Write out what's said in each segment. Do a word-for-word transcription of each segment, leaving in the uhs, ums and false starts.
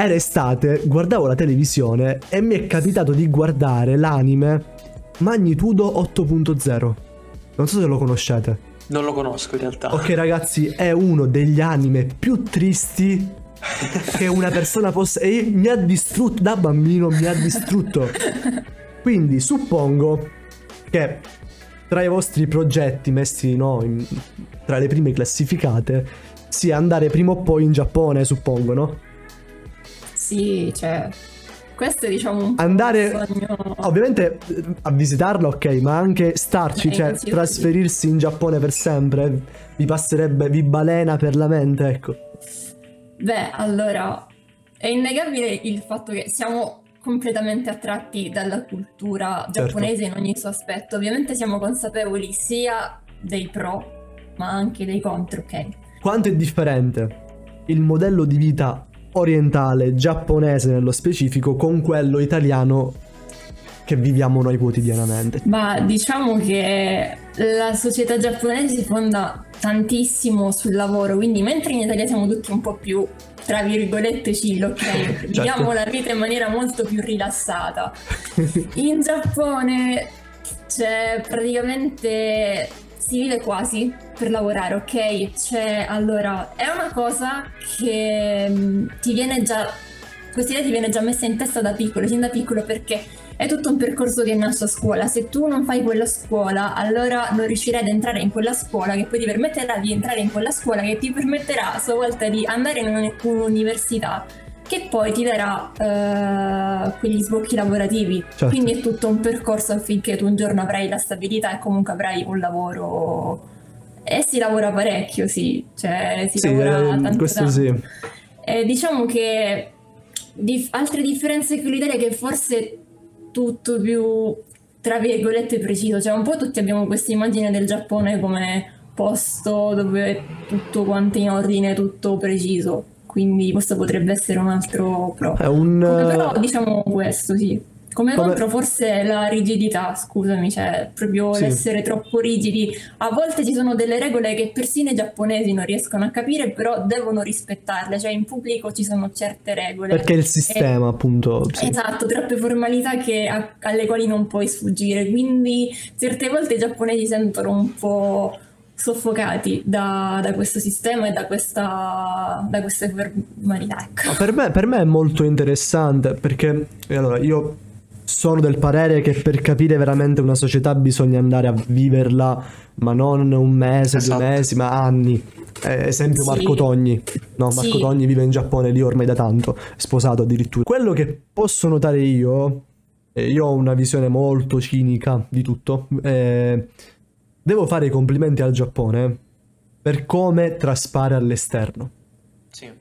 era estate, guardavo la televisione e mi è capitato di guardare l'anime Magnitudo otto punto zero. Non so se lo conoscete. Non lo conosco in realtà. Ok ragazzi, è uno degli anime più tristi che una persona possa... E mi ha distrutto, da bambino mi ha distrutto. Quindi suppongo che tra i vostri progetti messi, no, in, tra le prime classificate sia andare prima o poi in Giappone, suppongo, no? Sì, cioè, questo è diciamo un po' andare un sogno... ovviamente a visitarlo, ok, ma anche starci, Eh, cioè sì, trasferirsi in Giappone per sempre, vi passerebbe, vi balena per la mente, ecco. Beh, allora, è innegabile il fatto che siamo completamente attratti dalla cultura giapponese in ogni suo aspetto. Ovviamente siamo consapevoli sia dei pro, ma anche dei contro, ok? Quanto è differente il modello di vita orientale, giapponese nello specifico, con quello italiano che viviamo noi quotidianamente? Ma diciamo che la società giapponese si fonda tantissimo sul lavoro, quindi mentre in Italia siamo tutti un po' più, tra virgolette, chill, ok? Certo. Viviamo la vita in maniera molto più rilassata. In Giappone c'è praticamente... si vive quasi per lavorare, ok? Cioè, allora, è una cosa che mh, ti viene già... questa idea ti viene già messa in testa da piccolo, sin da piccolo, perché è tutto un percorso che nasce a scuola. Se tu non fai quella scuola, allora non riuscirai ad entrare in quella scuola, che poi ti permetterà di entrare in quella scuola, che ti permetterà a sua volta di andare in un'università, che poi ti darà uh, quegli sbocchi lavorativi. Certo. Quindi è tutto un percorso affinché tu un giorno avrai la stabilità e comunque avrai un lavoro. E si lavora parecchio, sì, cioè si sì, lavora eh, tanto questo tanto. sì. E diciamo che dif- altre differenze con l'Italia, che forse è tutto più, tra virgolette, preciso. Cioè un po' tutti abbiamo questa immagine del Giappone come posto dove è tutto quanto in ordine, tutto preciso. Quindi questo potrebbe essere un altro pro. È un... Come però diciamo questo, sì. Come, Come... contro forse la rigidità, scusami, cioè proprio sì. l'essere troppo rigidi. A volte ci sono delle regole che persino i giapponesi non riescono a capire, però devono rispettarle. Cioè in pubblico ci sono certe regole. Perché il sistema, e... appunto. Sì. Esatto, troppe formalità che, a, alle quali non puoi sfuggire. Quindi certe volte i giapponesi sentono un po' soffocati da, da questo sistema e da questa da queste formalità, ecco. Per me, per me è molto interessante, perché allora io sono del parere che per capire veramente una società bisogna andare a viverla, ma non un mese, esatto. due mesi, ma anni. Eh, esempio, sì. Marco Togni. No, Marco sì. Togni vive in Giappone lì ormai da tanto, è sposato addirittura. Quello che posso notare io, eh, io ho una visione molto cinica di tutto, eh, devo fare i complimenti al Giappone per come traspare all'esterno. Sì.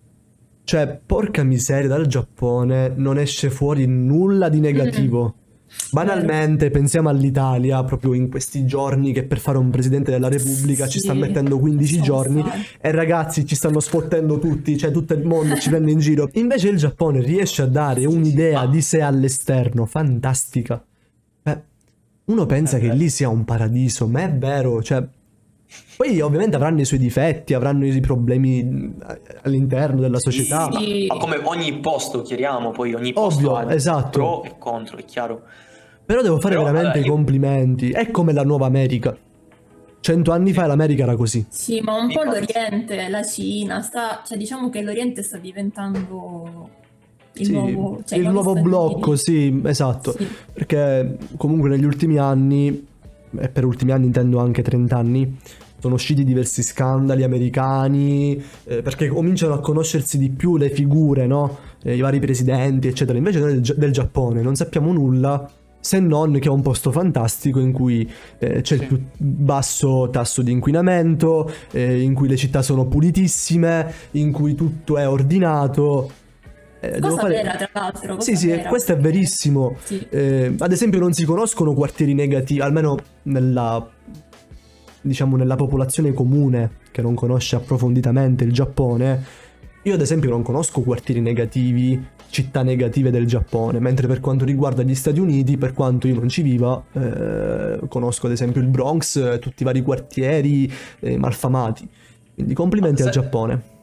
Cioè, porca miseria, dal Giappone non esce fuori nulla di negativo. Mm. Banalmente, pensiamo all'Italia, proprio in questi giorni, che per fare un presidente della Repubblica sì. ci sta mettendo quindici so giorni fare. E ragazzi ci stanno sfottendo tutti, cioè tutto il mondo ci prende in giro. Invece il Giappone riesce a dare un'idea di sé all'esterno fantastica. Eh, uno pensa che lì sia un paradiso, ma è vero, cioè... Poi ovviamente avranno i suoi difetti, avranno i problemi all'interno della società. Sì. Ma come ogni posto, chiariamo, poi ogni posto ovvio, ha esatto. pro e contro, è chiaro. Però devo fare Però, veramente i io... complimenti. È come la nuova America. Cento anni fa l'America era così. Sì, ma un po' l'Oriente, la Cina, sta, cioè diciamo che l'Oriente sta diventando il sì, nuovo, cioè il nuovo blocco, sì, esatto. Sì. Perché comunque negli ultimi anni, e per ultimi anni intendo anche trenta anni, sono usciti diversi scandali americani, eh, perché cominciano a conoscersi di più le figure, no? Eh, I vari presidenti, eccetera. Invece noi del, del Giappone non sappiamo nulla, se non che è un posto fantastico in cui eh, c'è sì. il più basso tasso di inquinamento, eh, in cui le città sono pulitissime, in cui tutto è ordinato. Eh, cosa fare... vera, tra l'altro. Sì, sì, vera. Questo è verissimo. Sì. Eh, ad esempio non si conoscono quartieri negativi, almeno nella... diciamo nella popolazione comune che non conosce approfonditamente il Giappone. Io ad esempio non conosco quartieri negativi, città negative del Giappone, mentre per quanto riguarda gli Stati Uniti, per quanto io non ci viva, eh, conosco ad esempio il Bronx, tutti i vari quartieri eh, malfamati. Quindi complimenti al Giappone.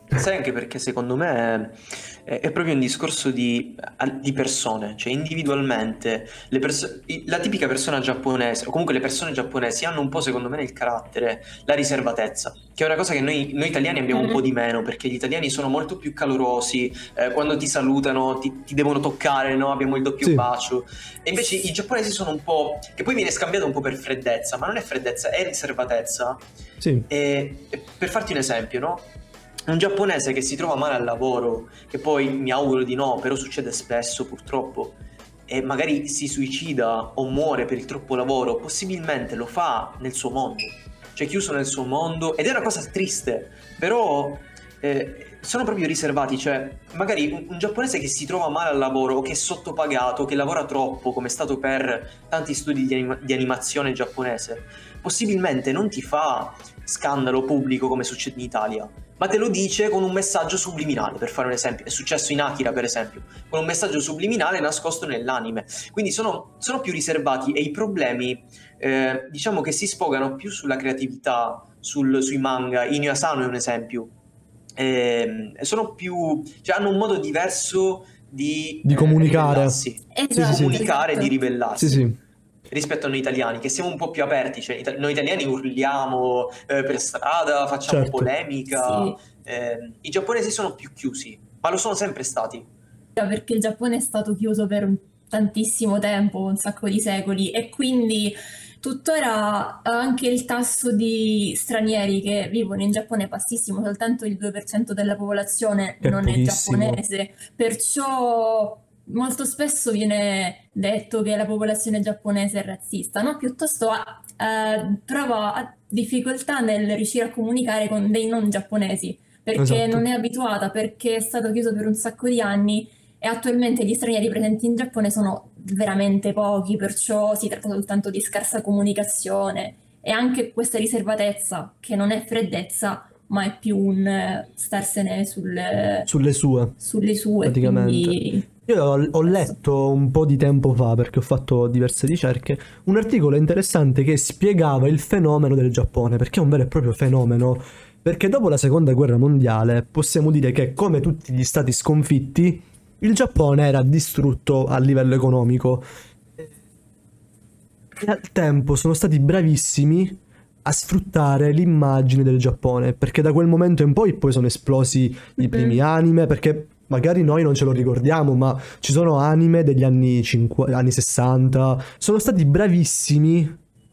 Sai anche perché secondo me è, è proprio un discorso di, di persone, cioè individualmente le perso- i- la tipica persona giapponese, o comunque le persone giapponesi hanno un po' secondo me nel carattere la riservatezza, che è una cosa che noi, noi italiani abbiamo un po' di meno, perché gli italiani sono molto più calorosi, eh, quando ti salutano ti, ti devono toccare, no? Abbiamo il doppio Sì. bacio, e invece i giapponesi sono un po', che poi viene scambiato un po' per freddezza, ma non è freddezza, è riservatezza. Sì. E, e per farti un esempio, no? Un giapponese che si trova male al lavoro, che poi mi auguro di no, però succede spesso purtroppo, e magari si suicida o muore per il troppo lavoro, possibilmente lo fa nel suo mondo, cioè chiuso nel suo mondo, ed è una cosa triste, però eh, sono proprio riservati, cioè magari un, un giapponese che si trova male al lavoro o che è sottopagato, che lavora troppo, come è stato per tanti studi di, anima- di animazione giapponese, possibilmente non ti fa scandalo pubblico come succede in Italia, ma te lo dice con un messaggio subliminale, per fare un esempio. È successo in Akira, per esempio, con un messaggio subliminale nascosto nell'anime. Quindi sono, sono più riservati, e i problemi eh, diciamo che si sfogano più sulla creatività, sul- sui manga. Inyo Asano è un esempio. Eh, sono più, cioè hanno un modo diverso di, Di eh, comunicare. ribellarsi. Esatto, Di comunicare e esatto. di ribellarsi Sì, sì. rispetto a noi italiani, che siamo un po' più aperti, cioè ita- noi italiani urliamo eh, per strada, facciamo Certo. polemica, Sì. eh, i giapponesi sono più chiusi, ma lo sono sempre stati. Perché il Giappone è stato chiuso per un- tantissimo tempo, un sacco di secoli, e quindi tuttora anche il tasso di stranieri che vivono in Giappone è bassissimo, soltanto il due per cento della popolazione È non è pochissimo. giapponese, perciò molto spesso viene detto che la popolazione giapponese è razzista, no? Piuttosto ha- eh, trova ha difficoltà nel riuscire a comunicare con dei non giapponesi, perché Esatto. non è abituata, perché è stato chiuso per un sacco di anni, e attualmente gli stranieri presenti in Giappone sono veramente pochi, perciò si tratta soltanto di scarsa comunicazione, e anche questa riservatezza, che non è freddezza, ma è più un eh, starsene sul- Sulle sue. sulle sue, Praticamente. quindi Io ho, ho letto un po' di tempo fa, perché ho fatto diverse ricerche, un articolo interessante che spiegava il fenomeno del Giappone, perché è un vero e proprio fenomeno. Perché dopo la seconda guerra mondiale possiamo dire che, come tutti gli stati sconfitti, il Giappone era distrutto a livello economico. E al tempo sono stati bravissimi a sfruttare l'immagine del Giappone, perché da quel momento in poi poi sono esplosi i primi anime, perché magari noi non ce lo ricordiamo, ma ci sono anime degli anni cinquanta, anni sessanta, sono stati bravissimi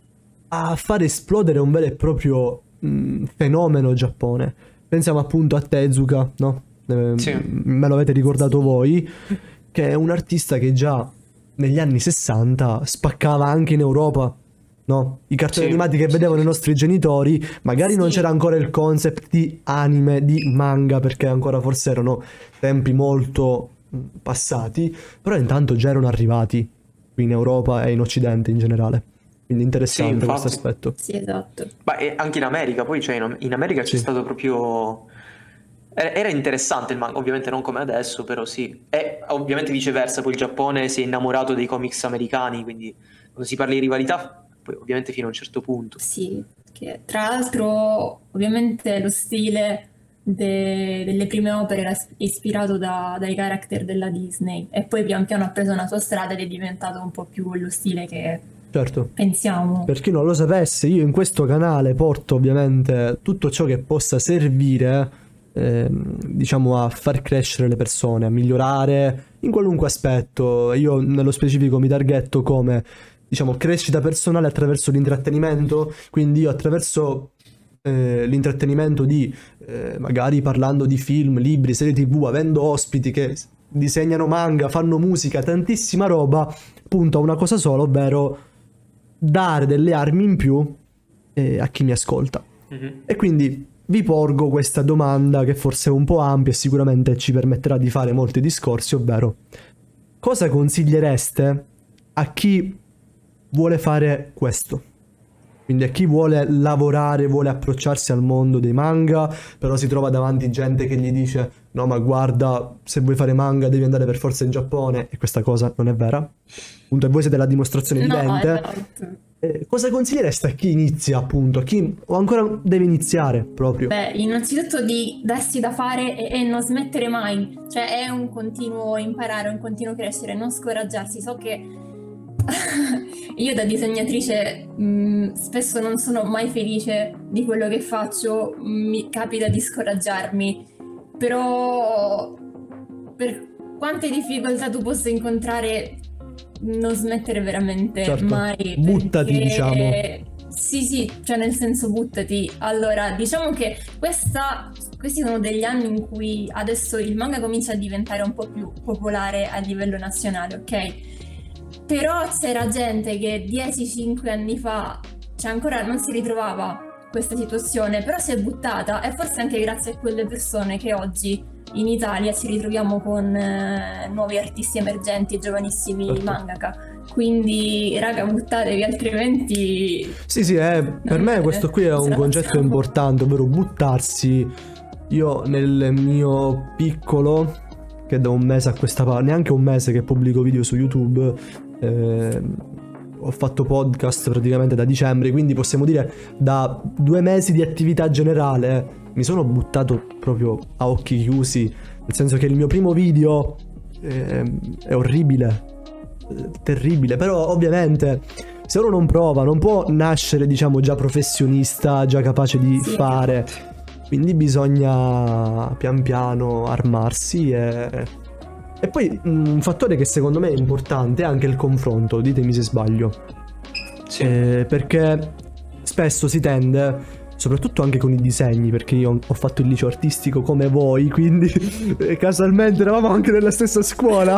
a far esplodere un vero e proprio mh, fenomeno Giappone. Pensiamo appunto a Tezuka, no? Eh, Sì. Me lo avete ricordato voi, che è un artista che già negli anni sessanta spaccava anche in Europa, no? I cartoni Sì, animati che sì, vedevano sì, i nostri genitori, magari non Sì. c'era ancora il concept di anime, di manga, perché ancora forse erano tempi molto mh, passati, però intanto già erano arrivati qui in Europa e in Occidente in generale. Quindi interessante Sì, questo infatti. aspetto. sì, esatto. Ma e anche in America, poi cioè, in, in America c'è Sì. stato proprio... Era, era interessante il manga, ovviamente non come adesso, però sì. E ovviamente viceversa, poi il Giappone si è innamorato dei comics americani, quindi quando si parla di rivalità, poi ovviamente fino a un certo punto. Sì, che tra l'altro ovviamente lo stile de- delle prime opere era is- ispirato da- dai character della Disney, e poi pian piano ha preso una sua strada ed è diventato un po' più lo stile che Certo. pensiamo. Per chi non lo sapesse, io in questo canale porto ovviamente tutto ciò che possa servire, ehm, diciamo, a far crescere le persone, a migliorare in qualunque aspetto. Io nello specifico mi targetto come, diciamo, crescita personale attraverso l'intrattenimento, quindi io attraverso eh, l'intrattenimento di, eh, magari parlando di film, libri, serie tv, avendo ospiti che disegnano manga, fanno musica, tantissima roba, punto a una cosa sola, ovvero dare delle armi in più eh, a chi mi ascolta. Mhm. E quindi vi porgo questa domanda che forse è un po' ampia e sicuramente ci permetterà di fare molti discorsi, ovvero: cosa consigliereste a chi vuole fare questo? Quindi a chi vuole lavorare, vuole approcciarsi al mondo dei manga, però si trova davanti gente che gli dice: no, ma guarda, se vuoi fare manga devi andare per forza in Giappone, e questa cosa non è vera. Appunto, e voi siete la dimostrazione No, vivente. esatto. Eh, cosa consiglieresti a chi inizia, appunto, a chi o ancora deve iniziare proprio? Beh, innanzitutto di darsi da fare e, e non smettere mai, cioè è un continuo imparare, un continuo crescere, non scoraggiarsi. So che io da disegnatrice mh, spesso non sono mai felice di quello che faccio, mi capita di scoraggiarmi, però per quante difficoltà tu possa incontrare, non smettere veramente Certo. mai. Buttati, perché- diciamo. Sì, sì, cioè nel senso buttati. Allora, diciamo che questa, questi sono degli anni in cui adesso il manga comincia a diventare un po' più popolare a livello nazionale, ok? Però c'era gente che dieci cinque anni fa, cioè ancora non si ritrovava questa situazione, però si è buttata, e forse anche grazie a quelle persone che oggi in Italia ci ritroviamo con eh, nuovi artisti emergenti e giovanissimi Certo. mangaka. Quindi, raga, buttatevi, altrimenti... Sì, sì, eh, per me questo qui è un Ce la concetto facciamo. importante, ovvero buttarsi. Io nel mio piccolo, che da un mese a questa parte, neanche un mese che pubblico video su YouTube, eh, ho fatto podcast praticamente da dicembre, quindi possiamo dire da due mesi di attività generale mi sono buttato proprio a occhi chiusi, nel senso che il mio primo video eh, è orribile, eh, terribile, però ovviamente se uno non prova non può nascere, diciamo, già professionista, già capace di Sì. fare, quindi bisogna pian piano armarsi e... E poi un fattore che secondo me è importante è anche il confronto, ditemi se sbaglio. Sì. Eh, perché spesso si tende, soprattutto anche con i disegni, perché io ho fatto il liceo artistico come voi, quindi eh, casualmente eravamo anche nella stessa scuola.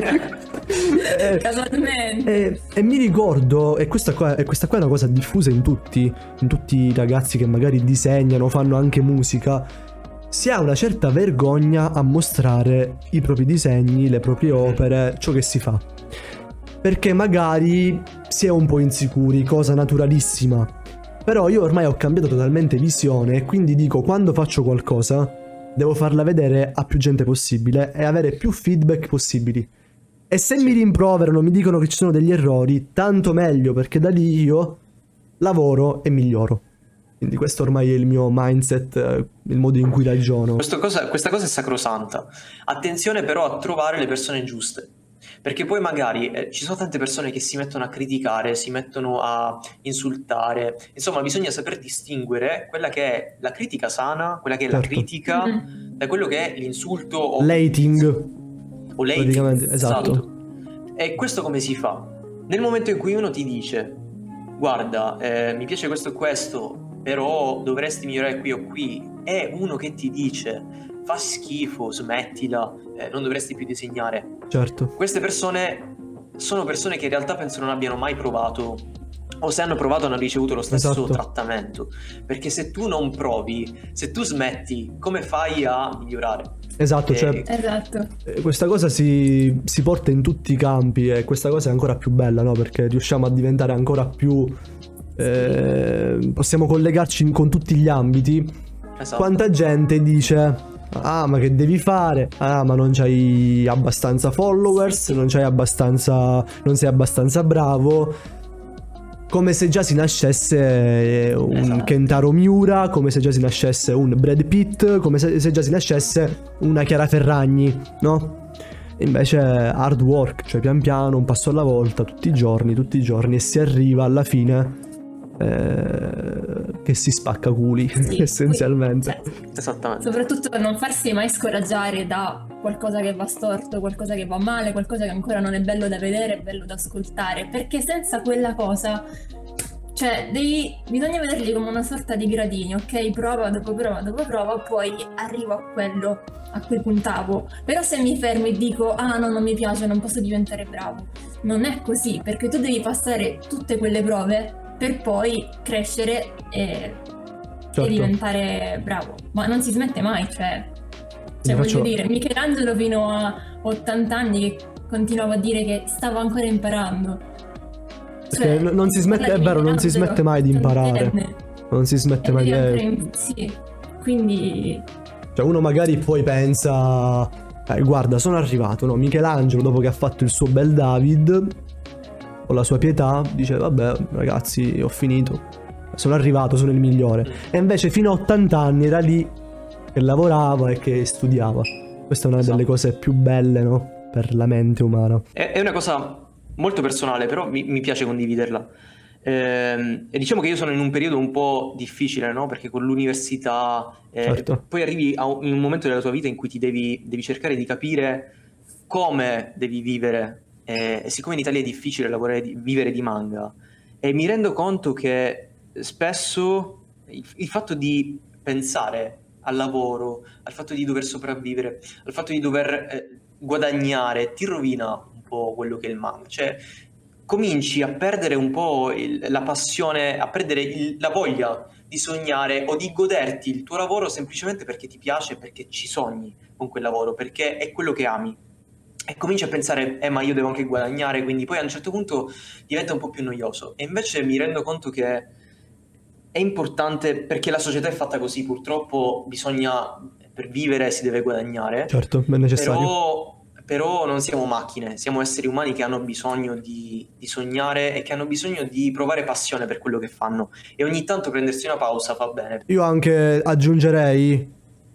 Eh, Casualmente. e, e mi ricordo, e questa qua, e questa qua è una cosa diffusa in tutti, in tutti i ragazzi che magari disegnano, fanno anche musica, si ha una certa vergogna a mostrare i propri disegni, le proprie opere, ciò che si fa. Perché magari si è un po' insicuri, cosa naturalissima. Però io ormai ho cambiato totalmente visione e quindi dico, quando faccio qualcosa devo farla vedere a più gente possibile e avere più feedback possibili. E se mi rimproverano, mi dicono che ci sono degli errori, tanto meglio, perché da lì io lavoro e miglioro. Quindi questo ormai è il mio mindset, eh, il modo in cui ragiono. Questo cosa- questa cosa è sacrosanta. Attenzione però a trovare le persone giuste. Perché poi magari eh, ci sono tante persone che si mettono a criticare, si mettono a insultare. Insomma, bisogna saper distinguere quella che è la critica sana, quella che è la Certo. critica, Mhm. da quello che è l'insulto o, Lating, o lating. praticamente, esatto. E questo come si fa? Nel momento in cui uno ti dice: guarda, eh, mi piace questo e questo, però dovresti migliorare qui o qui, e uno che ti dice: fa schifo, smettila, eh, non dovresti più disegnare. Certo. Queste persone sono persone che in realtà penso non abbiano mai provato, o se hanno provato hanno ricevuto lo stesso Esatto. trattamento. Perché se tu non provi, se tu smetti, come fai a migliorare? Esatto, Eh, cioè Esatto. eh, questa cosa si, si porta in tutti i campi e questa cosa è ancora più bella, no? Perché riusciamo a diventare ancora più... eh, possiamo collegarci in- con tutti gli ambiti. Esatto. Quanta gente dice: ah, ma che devi fare? Ah, ma non c'hai abbastanza followers, non c'hai abbastanza, non sei abbastanza bravo. Come se già si nascesse eh, un Esatto. Kentaro Miura, come se già si nascesse un Brad Pitt, come se, se già si nascesse una Chiara Ferragni, no? Invece hard work, cioè pian piano, un passo alla volta, tutti i giorni, tutti i giorni, e si arriva alla fine eh, che si spacca culi, Sì, essenzialmente. poi, cioè, Esattamente. soprattutto non farsi mai scoraggiare da qualcosa che va storto, qualcosa che va male, qualcosa che ancora non è bello da vedere, è bello da ascoltare, perché senza quella cosa, cioè, devi, bisogna vederli come una sorta di gradini, ok? Prova dopo prova dopo prova, poi arrivo a quello a cui puntavo. Però se mi fermo e dico: ah no, non mi piace, non posso diventare bravo, non è così, perché tu devi passare tutte quelle prove per poi crescere e, Certo. e diventare bravo. Ma non si smette mai, cioè, Vi cioè voglio faccio- dire, Michelangelo fino a ottanta anni che continuava a dire che stava ancora imparando. Perché Cioè, non si smette- parla è di vero, non si Michelangelo, smette mai di imparare. ottantenne, Non si smette e mai devi di... andare in- Sì, quindi Cioè uno magari poi pensa, eh, guarda, sono arrivato, no? Michelangelo dopo che ha fatto il suo bel David o la sua pietà, dice vabbè ragazzi ho finito, sono arrivato, sono il migliore. E invece fino a ottanta anni era lì che lavorava e che studiava. Questa è una delle cose più belle, no? Per la mente umana. È, è una cosa molto personale, però mi, mi piace condividerla. Ehm, e diciamo che io sono in un periodo un po' difficile, no? Perché con l'università eh, Certo. poi arrivi a un, in un momento della tua vita in cui ti devi, devi cercare di capire come devi vivere. Eh, e siccome in Italia è difficile lavorare di, vivere di manga, e mi rendo conto che spesso il, il fatto di pensare al lavoro, al fatto di dover sopravvivere, al fatto di dover eh, guadagnare, ti rovina un po' quello che è il manga. Cioè, cominci a perdere un po' il, la passione, a perdere il, la voglia di sognare o di goderti il tuo lavoro semplicemente perché ti piace, perché ci sogni con quel lavoro, perché è quello che ami. E cominci a pensare, eh ma io devo anche guadagnare, quindi poi a un certo punto diventa un po' più noioso. E invece mi rendo conto che è importante, perché la società è fatta così, purtroppo bisogna, per vivere si deve guadagnare. Certo, è necessario. Però, però non siamo macchine, siamo esseri umani che hanno bisogno di, di sognare e che hanno bisogno di provare passione per quello che fanno. E ogni tanto prendersi una pausa fa bene. Io anche aggiungerei,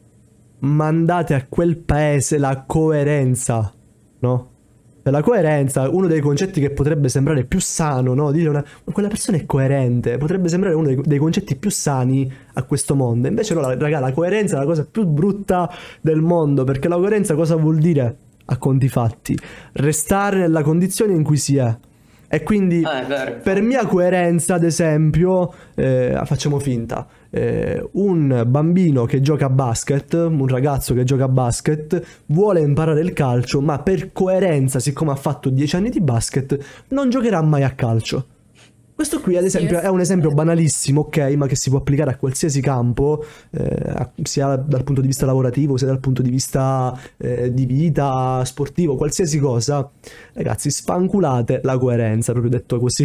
mandate a quel paese la coerenza, no? Per la coerenza, uno dei concetti che potrebbe sembrare più sano, no? Dire una, quella persona è coerente, potrebbe sembrare uno dei, dei concetti più sani a questo mondo. Invece no, raga, la coerenza è la cosa più brutta del mondo, perché la coerenza cosa vuol dire? A conti fatti, restare nella condizione in cui si è. E quindi Ah, è vero. per mia coerenza, ad esempio, eh, facciamo finta, eh, un bambino che gioca a basket, un ragazzo che gioca a basket, vuole imparare il calcio, ma per coerenza, siccome ha fatto dieci anni di basket, non giocherà mai a calcio. Questo qui ad esempio è un esempio banalissimo, ok, ma che si può applicare a qualsiasi campo, eh, sia dal punto di vista lavorativo, sia dal punto di vista eh, di vita, sportivo, qualsiasi cosa. Ragazzi, sfanculate la coerenza, proprio detto così,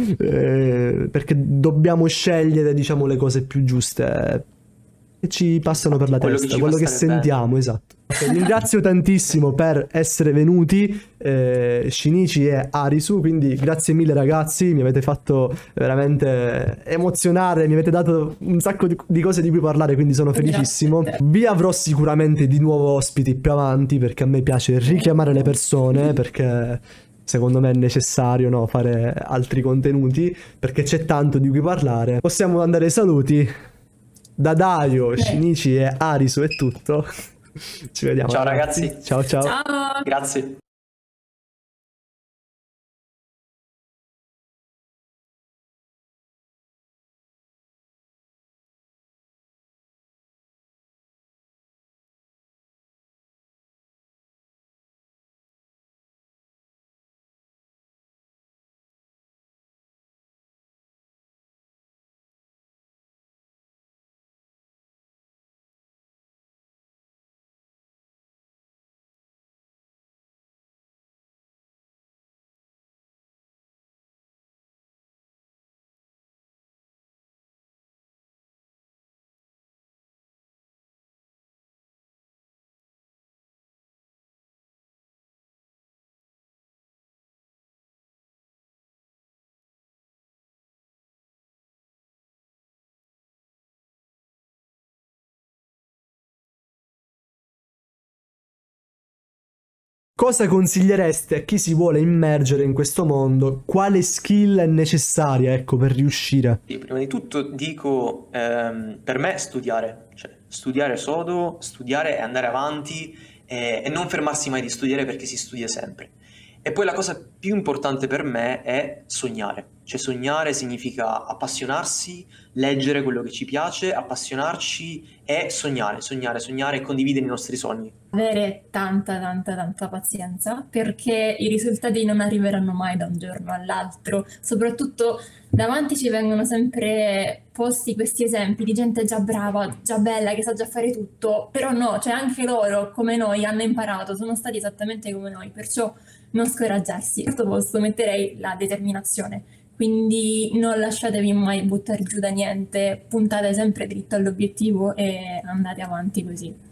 eh, perché dobbiamo scegliere, diciamo, le cose più giuste che ci passano per la Quello che testa, ci quello fa che stare sentiamo, bene. esatto. Ok, ringrazio tantissimo per essere venuti, eh, Shinichi e Arisu, quindi grazie mille ragazzi, mi avete fatto veramente emozionare, mi avete dato un sacco di, di cose di cui parlare, quindi sono felicissimo. Grazie a te. Vi avrò sicuramente di nuovo ospiti più avanti, perché a me piace richiamare le persone, perché secondo me è necessario, no, fare altri contenuti, perché c'è tanto di cui parlare. Possiamo andare ai saluti. Da Dario, Shinichi e Arisu è tutto. Ci vediamo. Ciao ragazzi. Ciao ciao. Ciao! Grazie. Cosa consigliereste a chi si vuole immergere in questo mondo? Quale skill è necessaria, ecco, per riuscire? Sì, prima di tutto dico, ehm, per me studiare, cioè studiare sodo, studiare e andare avanti e, e non fermarsi mai di studiare perché si studia sempre. E poi la cosa più importante per me è sognare, cioè sognare significa appassionarsi, leggere quello che ci piace, appassionarci e sognare, sognare, sognare e condividere i nostri sogni. Avere tanta, tanta, tanta pazienza, perché i risultati non arriveranno mai da un giorno all'altro. Soprattutto davanti ci vengono sempre posti questi esempi di gente già brava, già bella, che sa già fare tutto, però no, cioè anche loro, come noi, hanno imparato, sono stati esattamente come noi, perciò non scoraggiarsi. Al quarto posto metterei la determinazione, quindi non lasciatevi mai buttare giù da niente, puntate sempre dritto all'obiettivo e andate avanti così.